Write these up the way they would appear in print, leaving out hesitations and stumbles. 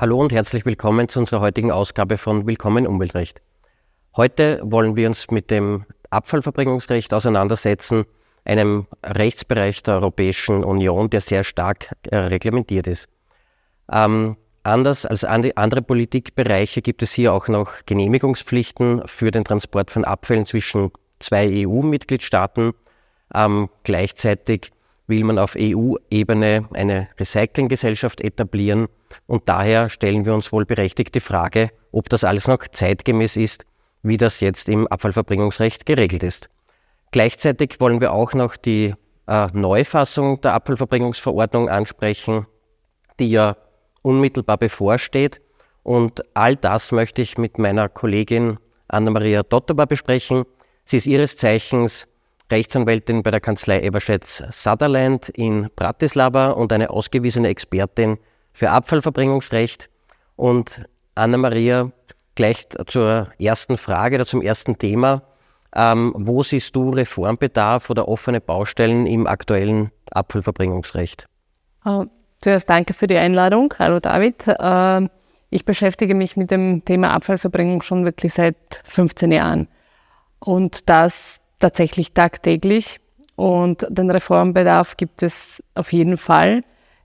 Hallo und herzlich willkommen zu unserer heutigen Ausgabe von Willkommen Umweltrecht. Heute wollen wir uns mit dem Abfallverbringungsrecht auseinandersetzen, einem Rechtsbereich der Europäischen Union, der sehr stark reglementiert ist. Anders als andere Politikbereiche gibt es hier auch noch Genehmigungspflichten für den Transport von Abfällen zwischen zwei EU-Mitgliedstaaten. Gleichzeitig will man auf EU-Ebene eine Recyclinggesellschaft etablieren und daher stellen wir uns wohl berechtigt die Frage, ob das alles noch zeitgemäß ist, wie das jetzt im Abfallverbringungsrecht geregelt ist. Gleichzeitig wollen wir auch noch die Neufassung der Abfallverbringungsverordnung ansprechen, die ja unmittelbar bevorsteht, und all das möchte ich mit meiner Kollegin Anna-Maria Totova besprechen. Sie ist ihres Zeichens Rechtsanwältin bei der Kanzlei Eversheds-Sutherland in Bratislava und eine ausgewiesene Expertin für Abfallverbringungsrecht. Und Anna-Maria, gleich zur ersten Frage oder zum ersten Thema. Wo siehst du Reformbedarf oder offene Baustellen im aktuellen Abfallverbringungsrecht? Zuerst danke für die Einladung. Hallo David. Ich beschäftige mich mit dem Thema Abfallverbringung schon wirklich seit 15 Jahren und das tatsächlich tagtäglich, und den Reformbedarf gibt es auf jeden Fall.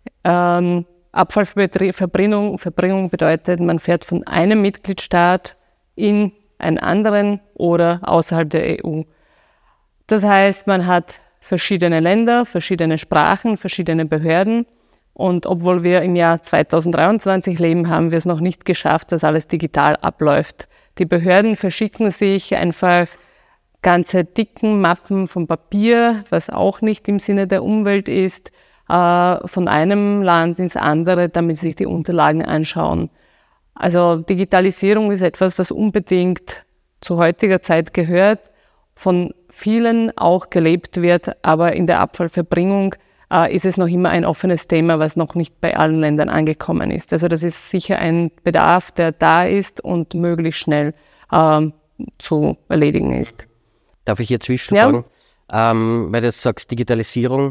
Abfallverbringung bedeutet, man fährt von einem Mitgliedstaat in einen anderen oder außerhalb der EU. Das heißt, man hat verschiedene Länder, verschiedene Sprachen, verschiedene Behörden. Und obwohl wir im Jahr 2023 leben, haben wir es noch nicht geschafft, dass alles digital abläuft. Die Behörden verschicken sich einfach ganze dicken Mappen von Papier, was auch nicht im Sinne der Umwelt ist, von einem Land ins andere, damit sie sich die Unterlagen anschauen. Also Digitalisierung ist etwas, was unbedingt zu heutiger Zeit gehört, von vielen auch gelebt wird, aber in der Abfallverbringung ist es noch immer ein offenes Thema, was noch nicht bei allen Ländern angekommen ist. Also das ist sicher ein Bedarf, der da ist und möglichst schnell zu erledigen ist. Darf ich hier zwischenfragen? Ja. Weil du jetzt sagst Digitalisierung,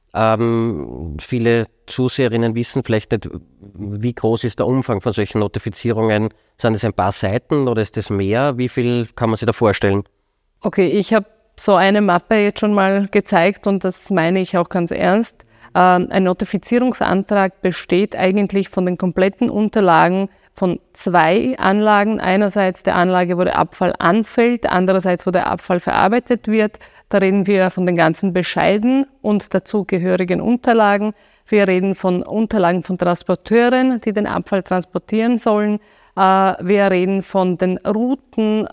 viele Zuseherinnen wissen vielleicht nicht, wie groß ist der Umfang von solchen Notifizierungen. Sind es ein paar Seiten oder ist es mehr? Wie viel kann man sich da vorstellen? Okay, ich habe so eine Mappe jetzt schon mal gezeigt und das meine ich auch ganz ernst. Ein Notifizierungsantrag besteht eigentlich von den kompletten Unterlagen von zwei Anlagen. Einerseits der Anlage, wo der Abfall anfällt, andererseits, wo der Abfall verarbeitet wird. Da reden wir von den ganzen Bescheiden und dazugehörigen Unterlagen. Wir reden von Unterlagen von Transporteuren, die den Abfall transportieren sollen. Wir reden von den Routen,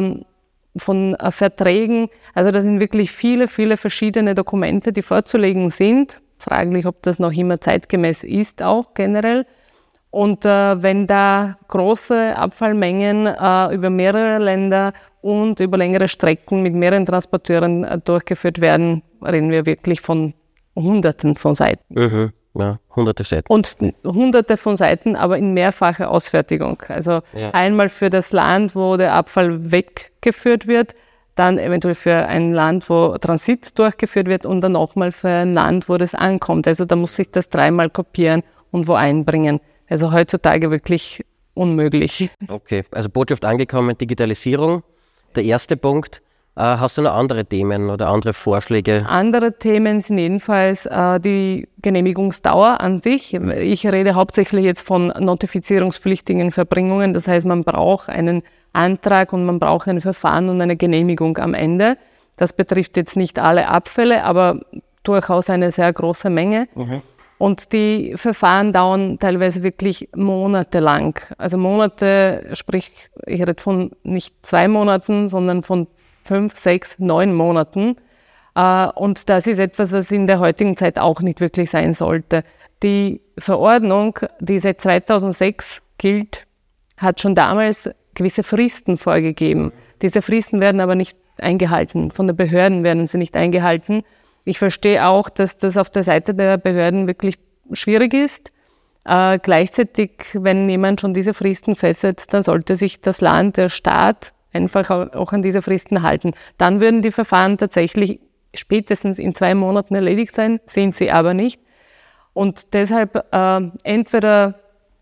von Verträgen. Also das sind wirklich viele, viele verschiedene Dokumente, die vorzulegen sind. Fraglich, ob das noch immer zeitgemäß ist, auch generell. Und wenn da große Abfallmengen über mehrere Länder und über längere Strecken mit mehreren Transporteuren durchgeführt werden, reden wir wirklich von Hunderten von Seiten. Ja, hunderte Seiten. Und hunderte von Seiten, aber in mehrfacher Ausfertigung. Also einmal für das Land, wo der Abfall weggeführt wird, dann eventuell für ein Land, wo Transit durchgeführt wird und dann nochmal für ein Land, wo das ankommt. Also da muss ich das dreimal kopieren und wo einbringen. Also heutzutage wirklich unmöglich. Okay, also Botschaft angekommen, Digitalisierung. Der erste Punkt. Hast du noch andere Themen oder andere Vorschläge? Andere Themen sind jedenfalls die Genehmigungsdauer an sich. Ich rede hauptsächlich jetzt von notifizierungspflichtigen Verbringungen. Das heißt, man braucht einen Antrag und man braucht ein Verfahren und eine Genehmigung am Ende. Das betrifft jetzt nicht alle Abfälle, aber durchaus eine sehr große Menge. Und die Verfahren dauern teilweise wirklich monatelang. Also Monate, sprich, ich rede von nicht 2 Monaten, sondern von 5, 6, 9 Monaten. Und das ist etwas, was in der heutigen Zeit auch nicht wirklich sein sollte. Die Verordnung, die seit 2006 gilt, hat schon damals gewisse Fristen vorgegeben. Diese Fristen werden aber nicht eingehalten. Von den Behörden werden sie nicht eingehalten. Ich verstehe auch, dass das auf der Seite der Behörden wirklich schwierig ist. Gleichzeitig, wenn jemand schon diese Fristen festsetzt, dann sollte sich das Land, der Staat, einfach auch an diese Fristen halten. Dann würden die Verfahren tatsächlich spätestens in 2 Monaten erledigt sein, sind sie aber nicht. Und deshalb entweder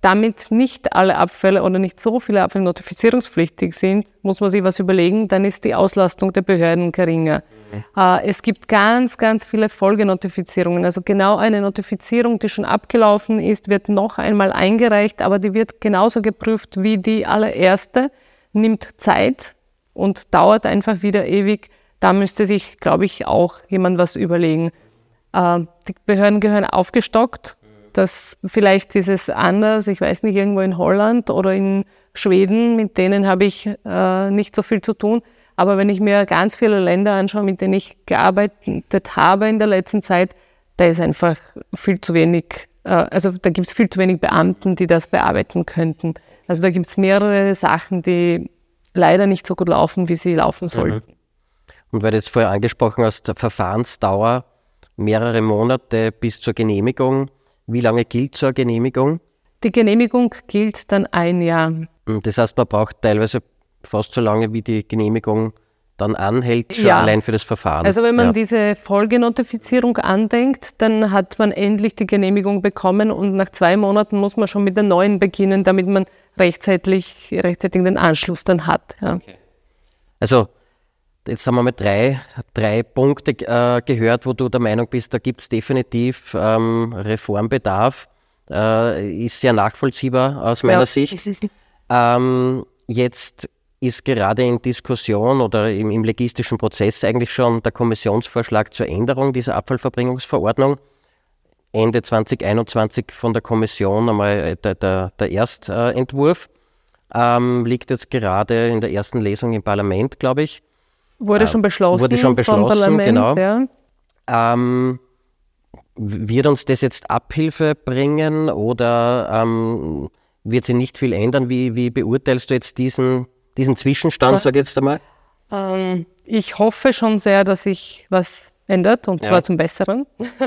damit nicht alle Abfälle oder nicht so viele Abfälle notifizierungspflichtig sind, muss man sich was überlegen, dann ist die Auslastung der Behörden geringer. Es gibt ganz, ganz viele Folgenotifizierungen. Also genau eine Notifizierung, die schon abgelaufen ist, wird noch einmal eingereicht, aber die wird genauso geprüft wie die allererste, nimmt Zeit und dauert einfach wieder ewig. Da müsste sich, glaube ich, auch jemand was überlegen. Die Behörden gehören aufgestockt. Vielleicht ist es anders, ich weiß nicht, irgendwo in Holland oder in Schweden, mit denen habe ich nicht so viel zu tun. Aber wenn ich mir ganz viele Länder anschaue, mit denen ich gearbeitet habe in der letzten Zeit, da ist einfach viel zu wenig, also da gibt es viel zu wenig Beamten, die das bearbeiten könnten. Also da gibt es mehrere Sachen, die leider nicht so gut laufen, wie sie laufen sollten. Und weil du jetzt vorher angesprochen hast, der Verfahrensdauer, mehrere Monate bis zur Genehmigung. Wie lange gilt so eine Genehmigung? Die Genehmigung gilt dann 1 Jahr. Das heißt, man braucht teilweise fast so lange, wie die Genehmigung dann anhält, schon allein für das Verfahren. Also wenn man diese Folgenotifizierung andenkt, dann hat man endlich die Genehmigung bekommen und nach 2 Monaten muss man schon mit der neuen beginnen, damit man rechtzeitig den Anschluss dann hat. Ja. Okay. Also jetzt haben wir mal drei Punkte gehört, wo du der Meinung bist, da gibt es definitiv Reformbedarf. Ist sehr nachvollziehbar aus meiner Sicht. Jetzt ist gerade in Diskussion oder im legistischen Prozess eigentlich schon der Kommissionsvorschlag zur Änderung dieser Abfallverbringungsverordnung. Ende 2021 von der Kommission einmal der Erstentwurf. Liegt jetzt gerade in der ersten Lesung im Parlament, glaube ich. Wurde schon beschlossen vom Parlament, genau. Ja. Wird uns das jetzt Abhilfe bringen oder wird sie nicht viel ändern? Wie beurteilst du jetzt diesen Zwischenstand, sage ich jetzt einmal? Ich hoffe schon sehr, dass sich was ändert, und zwar zum Besseren.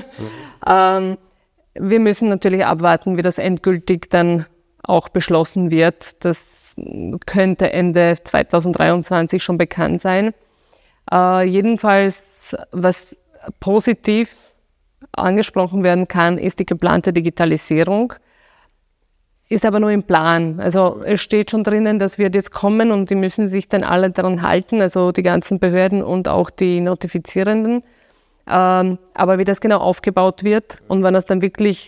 Wir müssen natürlich abwarten, wie das endgültig dann auch beschlossen wird. Das könnte Ende 2023 schon bekannt sein. Jedenfalls, was positiv angesprochen werden kann, ist die geplante Digitalisierung. Ist aber nur im Plan. Also es steht schon drinnen, das wird jetzt kommen und die müssen sich dann alle daran halten, also die ganzen Behörden und auch die Notifizierenden. Aber wie das genau aufgebaut wird und wann das dann wirklich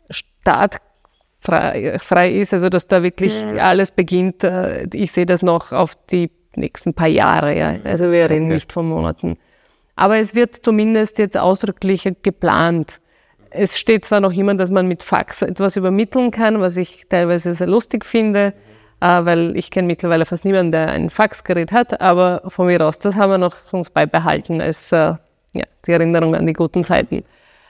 startfrei ist, also dass da wirklich alles beginnt, ich sehe das noch auf die nächsten paar Jahre. Ja. Also wir reden nicht von Monaten. Aber es wird zumindest jetzt ausdrücklich geplant. Es steht zwar noch immer, dass man mit Fax etwas übermitteln kann, was ich teilweise sehr lustig finde, weil ich kenne mittlerweile fast niemanden, der ein Faxgerät hat, aber von mir aus, das haben wir noch uns beibehalten als die Erinnerung an die guten Zeiten.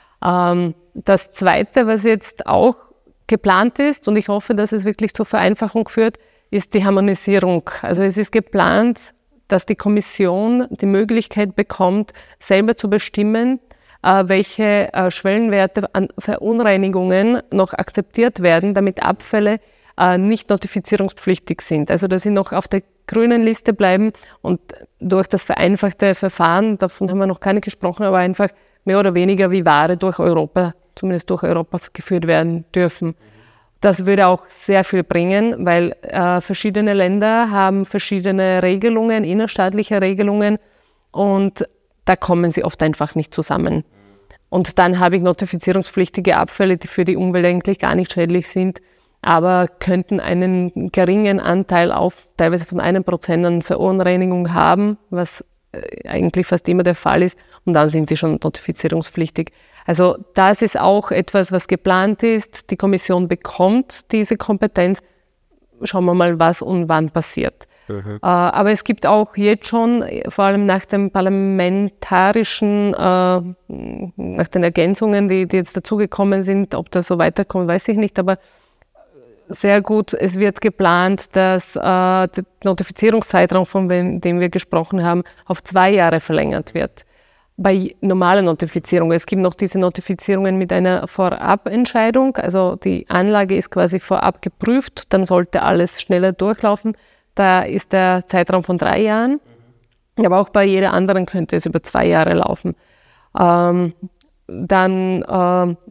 Das Zweite, was jetzt auch geplant ist, und ich hoffe, dass es wirklich zur Vereinfachung führt, ist die Harmonisierung. Also es ist geplant, dass die Kommission die Möglichkeit bekommt, selber zu bestimmen, welche Schwellenwerte an Verunreinigungen noch akzeptiert werden, damit Abfälle nicht notifizierungspflichtig sind. Also dass sie noch auf der grünen Liste bleiben und durch das vereinfachte Verfahren, davon haben wir noch gar nicht gesprochen, aber einfach mehr oder weniger wie Ware durch Europa, zumindest durch Europa geführt werden dürfen. Das würde auch sehr viel bringen, weil verschiedene Länder haben verschiedene Regelungen, innerstaatliche Regelungen, und da kommen sie oft einfach nicht zusammen. Und dann habe ich notifizierungspflichtige Abfälle, die für die Umwelt eigentlich gar nicht schädlich sind, aber könnten einen geringen Anteil auf teilweise von 1% an Verunreinigung haben, was eigentlich fast immer der Fall ist, und dann sind sie schon notifizierungspflichtig. Also das ist auch etwas, was geplant ist. Die Kommission bekommt diese Kompetenz. Schauen wir mal, was und wann passiert. Aber es gibt auch jetzt schon, vor allem nach dem parlamentarischen, nach den Ergänzungen, die jetzt dazugekommen sind, ob das so weiterkommt, weiß ich nicht, aber sehr gut, es wird geplant, dass der Notifizierungszeitraum, von dem wir gesprochen haben, auf 2 Jahre verlängert wird. Bei normalen Notifizierungen. Es gibt noch diese Notifizierungen mit einer Vorabentscheidung, also die Anlage ist quasi vorab geprüft, dann sollte alles schneller durchlaufen. Da ist der Zeitraum von 3 Jahren, aber auch bei jeder anderen könnte es über 2 Jahre laufen. Dann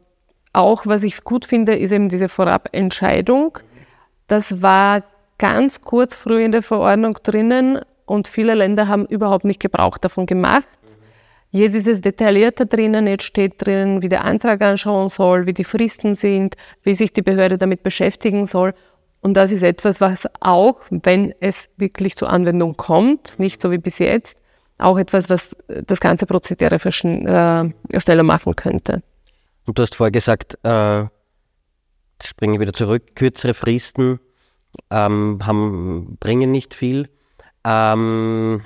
auch, was ich gut finde, ist eben diese Vorabentscheidung. Das war ganz kurz früh in der Verordnung drinnen und viele Länder haben überhaupt nicht Gebrauch davon gemacht. Jetzt ist es detaillierter drinnen, jetzt steht drin, wie der Antrag anschauen soll, wie die Fristen sind, wie sich die Behörde damit beschäftigen soll. Und das ist etwas, was auch, wenn es wirklich zur Anwendung kommt, nicht so wie bis jetzt, auch etwas, was das ganze Prozedere schneller machen könnte. Und du hast vorher gesagt, springen wir wieder zurück, kürzere Fristen bringen nicht viel. Wäre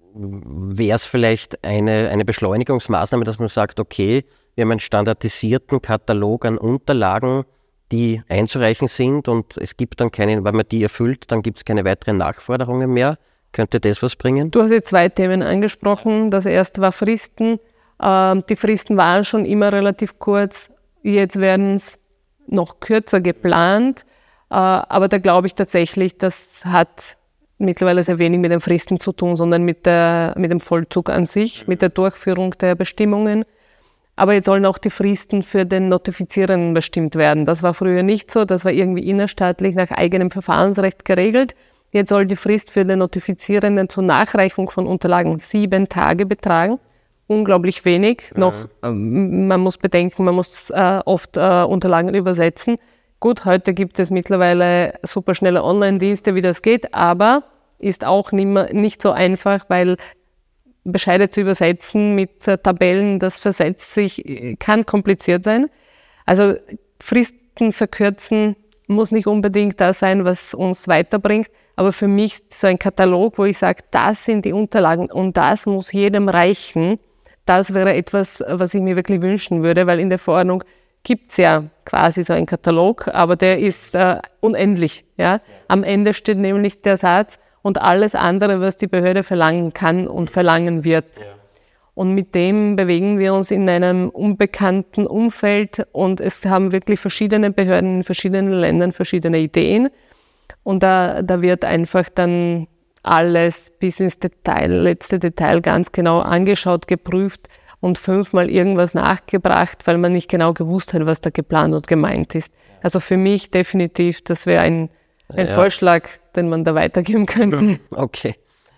es vielleicht eine Beschleunigungsmaßnahme, dass man sagt, okay, wir haben einen standardisierten Katalog an Unterlagen, die einzureichen sind und es gibt dann keine, wenn man die erfüllt, dann gibt es keine weiteren Nachforderungen mehr. Könnte das was bringen? Du hast jetzt 2 Themen angesprochen. Das erste war Fristen. Die Fristen waren schon immer relativ kurz. Jetzt werden es noch kürzer geplant. Aber da glaube ich tatsächlich, das hat mittlerweile sehr wenig mit den Fristen zu tun, sondern mit dem Vollzug an sich, mit der Durchführung der Bestimmungen. Aber jetzt sollen auch die Fristen für den Notifizierenden bestimmt werden. Das war früher nicht so. Das war irgendwie innerstaatlich nach eigenem Verfahrensrecht geregelt. Jetzt soll die Frist für den Notifizierenden zur Nachreichung von Unterlagen 7 Tage betragen. Unglaublich wenig. Man muss bedenken, man muss oft Unterlagen übersetzen. Gut, heute gibt es mittlerweile superschnelle Online-Dienste, wie das geht, aber ist auch nicht so einfach, weil Bescheide zu übersetzen mit Tabellen, das versetzt sich, kann kompliziert sein. Also Fristen verkürzen muss nicht unbedingt das sein, was uns weiterbringt, aber für mich so ein Katalog, wo ich sage, das sind die Unterlagen und das muss jedem reichen, das wäre etwas, was ich mir wirklich wünschen würde, weil in der Verordnung gibt es ja quasi so einen Katalog, aber der ist unendlich. Ja? Am Ende steht nämlich der Satz, und alles andere, was die Behörde verlangen kann und verlangen wird. Ja. Und mit dem bewegen wir uns in einem unbekannten Umfeld und es haben wirklich verschiedene Behörden in verschiedenen Ländern verschiedene Ideen. Und da wird einfach dann alles bis ins letzte Detail ganz genau angeschaut, geprüft und 5-mal irgendwas nachgebracht, weil man nicht genau gewusst hat, was da geplant und gemeint ist. Also für mich definitiv, das wäre ein Vorschlag, den man da weitergeben könnte. Okay.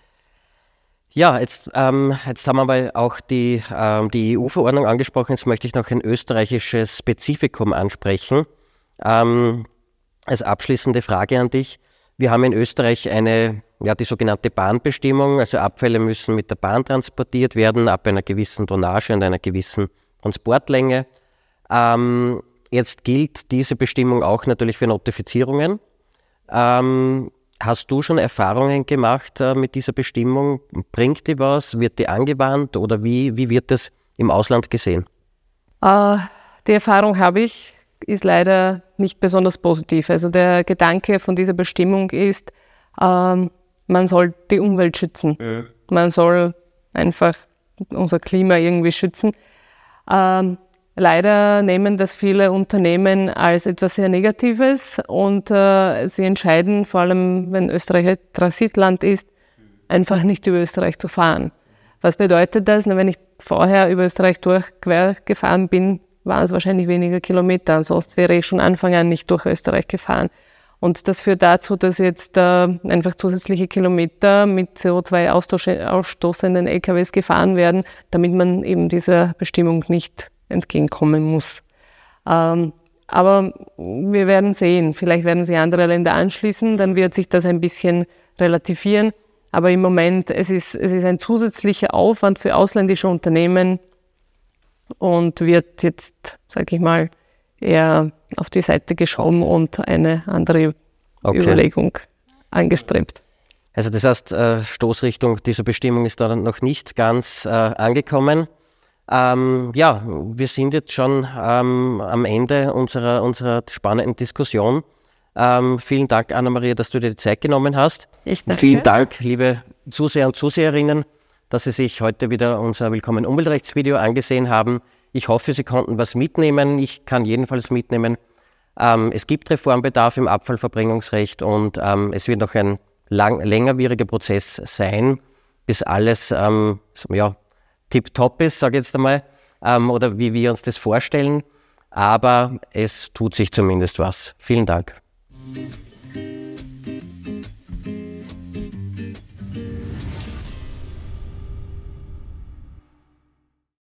Ja, jetzt haben wir aber auch die EU-Verordnung angesprochen. Jetzt möchte ich noch ein österreichisches Spezifikum ansprechen. Als abschließende Frage an dich. Wir haben in Österreich die sogenannte Bahnbestimmung. Also Abfälle müssen mit der Bahn transportiert werden, ab einer gewissen Tonnage und einer gewissen Transportlänge. Jetzt gilt diese Bestimmung auch natürlich für Notifizierungen. Hast du schon Erfahrungen gemacht mit dieser Bestimmung? Bringt die was? Wird die angewandt oder wie wird das im Ausland gesehen? Die Erfahrung habe ich, ist leider nicht besonders positiv. Also der Gedanke von dieser Bestimmung ist, man soll die Umwelt schützen. Ja. Man soll einfach unser Klima irgendwie schützen. Leider nehmen das viele Unternehmen als etwas sehr Negatives und sie entscheiden, vor allem wenn Österreich ein Transitland ist, einfach nicht über Österreich zu fahren. Was bedeutet das? Wenn ich vorher über Österreich quer gefahren bin, waren es wahrscheinlich weniger Kilometer, sonst wäre ich schon Anfang an nicht durch Österreich gefahren. Und das führt dazu, dass jetzt einfach zusätzliche Kilometer mit CO2-ausstoßenden LKWs gefahren werden, damit man eben dieser Bestimmung nicht entgegenkommen muss. Aber wir werden sehen. Vielleicht werden sich andere Länder anschließen, dann wird sich das ein bisschen relativieren. Aber im Moment, es ist ein zusätzlicher Aufwand für ausländische Unternehmen und wird jetzt, sage ich mal, eher auf die Seite geschoben und eine andere Überlegung angestrebt. Also das heißt, Stoßrichtung dieser Bestimmung ist da noch nicht ganz angekommen. Wir sind jetzt schon am Ende unserer spannenden Diskussion. Vielen Dank, Anna-Maria, dass du dir die Zeit genommen hast. Ich danke. Vielen Dank, liebe Zuseher und Zuseherinnen, dass Sie sich heute wieder unser Willkommen Umweltrechtsvideo angesehen haben. Ich hoffe, Sie konnten was mitnehmen. Ich kann jedenfalls mitnehmen. Es gibt Reformbedarf im Abfallverbringungsrecht und es wird noch ein längerwieriger Prozess sein, bis alles tipptopp ist, sage ich jetzt einmal, oder wie wir uns das vorstellen. aber es tut sich zumindest was. Vielen Dank.